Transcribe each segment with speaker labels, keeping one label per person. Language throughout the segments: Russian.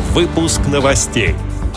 Speaker 1: Выпуск новостей.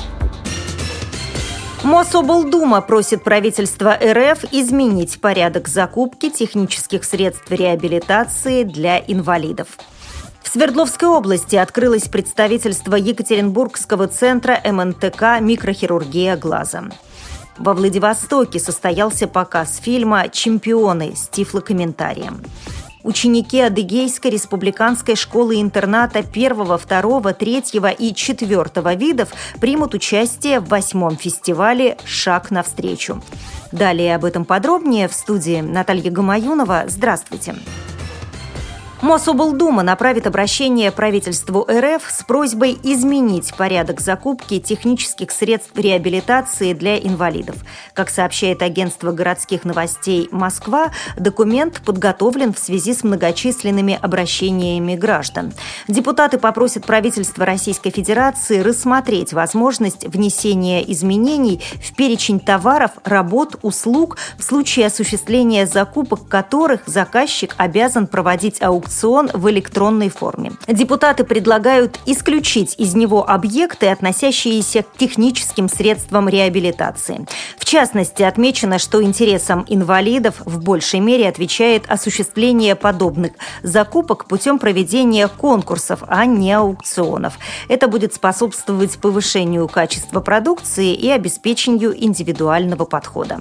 Speaker 2: Мособлдума просит правительство РФ изменить порядок закупки технических средств реабилитации для инвалидов. В Свердловской области открылось представительство Екатеринбургского центра МНТК «Микрохирургия глаза». Во Владивостоке состоялся показ фильма «Чемпионы» с тифлокомментарием. Ученики Адыгейской республиканской школы-интерната 1, 2, 3 и 4 видов примут участие в 8-м фестивале «Шаг навстречу». Далее об этом подробнее в студии Наталья Гамаюнова. Здравствуйте. Мособлдума направит обращение правительству РФ с просьбой изменить порядок закупки технических средств реабилитации для инвалидов. Как сообщает агентство городских новостей «Москва», документ подготовлен в связи с многочисленными обращениями граждан. Депутаты попросят правительство Российской Федерации рассмотреть возможность внесения изменений в перечень товаров, работ, услуг, в случае осуществления закупок которых заказчик обязан проводить аукцион в электронной форме. Депутаты предлагают исключить из него объекты, относящиеся к техническим средствам реабилитации. В частности, отмечено, что интересам инвалидов в большей мере отвечает осуществление подобных закупок путем проведения конкурсов, а не аукционов. Это будет способствовать повышению качества продукции и обеспечению индивидуального подхода.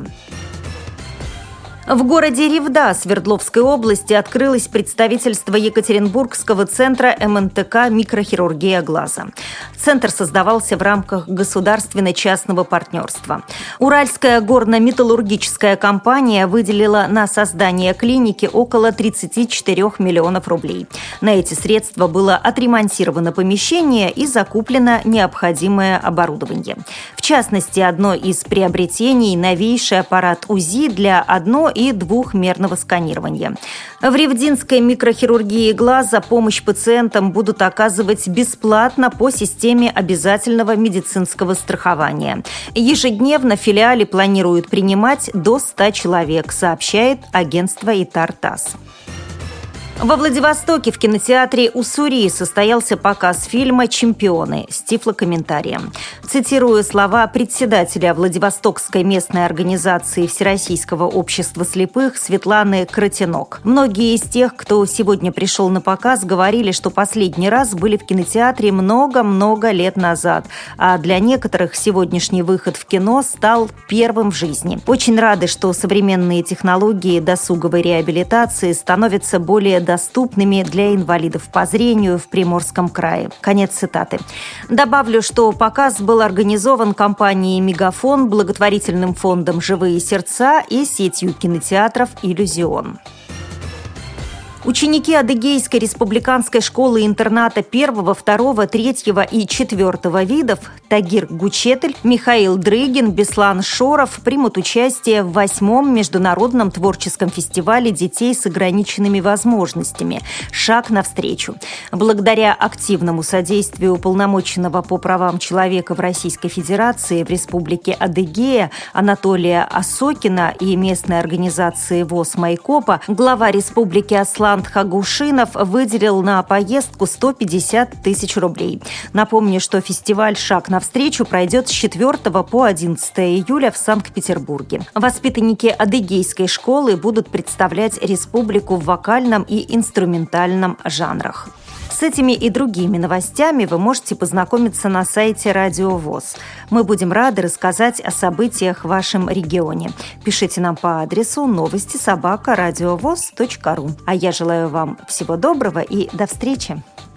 Speaker 2: В городе Ревда Свердловской области открылось представительство Екатеринбургского центра МНТК «Микрохирургия глаза». Центр создавался в рамках государственно-частного партнерства. Уральская горно-металлургическая компания выделила на создание клиники около 34 миллионов рублей. На эти средства было отремонтировано помещение и закуплено необходимое оборудование. В частности, одно из приобретений – новейший аппарат УЗИ для одно- и двухмерного сканирования. В ревдинской микрохирургии глаза помощь пациентам будут оказывать бесплатно по системе обязательного медицинского страхования. Ежедневно в филиале планируют принимать до 100 человек, сообщает агентство ИТАР-ТАСС. Во Владивостоке в кинотеатре «Уссури» состоялся показ фильма «Чемпионы» с тифлокомментарием. Цитирую слова председателя Владивостокской местной организации Всероссийского общества слепых Светланы Кротенок. Многие из тех, кто сегодня пришел на показ, говорили, что последний раз были в кинотеатре много-много лет назад, а для некоторых сегодняшний выход в кино стал первым в жизни. Очень рады, что современные технологии досуговой реабилитации становятся более доступными для инвалидов по зрению в Приморском крае. Конец цитаты. Добавлю, что показ был организован компанией «Мегафон», благотворительным фондом «Живые сердца» и сетью кинотеатров «Иллюзион». Ученики Адыгейской республиканской школы-интерната 1, 2, 3 и 4 видов Тагир Гучетель, Михаил Дрыгин, Беслан Шоров примут участие в 8-м международном творческом фестивале детей с ограниченными возможностями «Шаг навстречу». Благодаря активному содействию уполномоченного по правам человека в Российской Федерации в Республике Адыгея Анатолия Осокина и местной организации ВОС «Майкопа» глава республики Аслан Хагушинов выделил на поездку 150 тысяч рублей. Напомню, что фестиваль «Шаг навстречу» пройдет с 4 по 11 июля в Санкт-Петербурге. Воспитанники Адыгейской школы будут представлять республику в вокальном и инструментальном жанрах. С этими и другими новостями вы можете познакомиться на сайте Радио ВОС. Мы будем рады рассказать о событиях в вашем регионе. Пишите нам по адресу новости@радиовос.ру. А я желаю вам всего доброго и до встречи!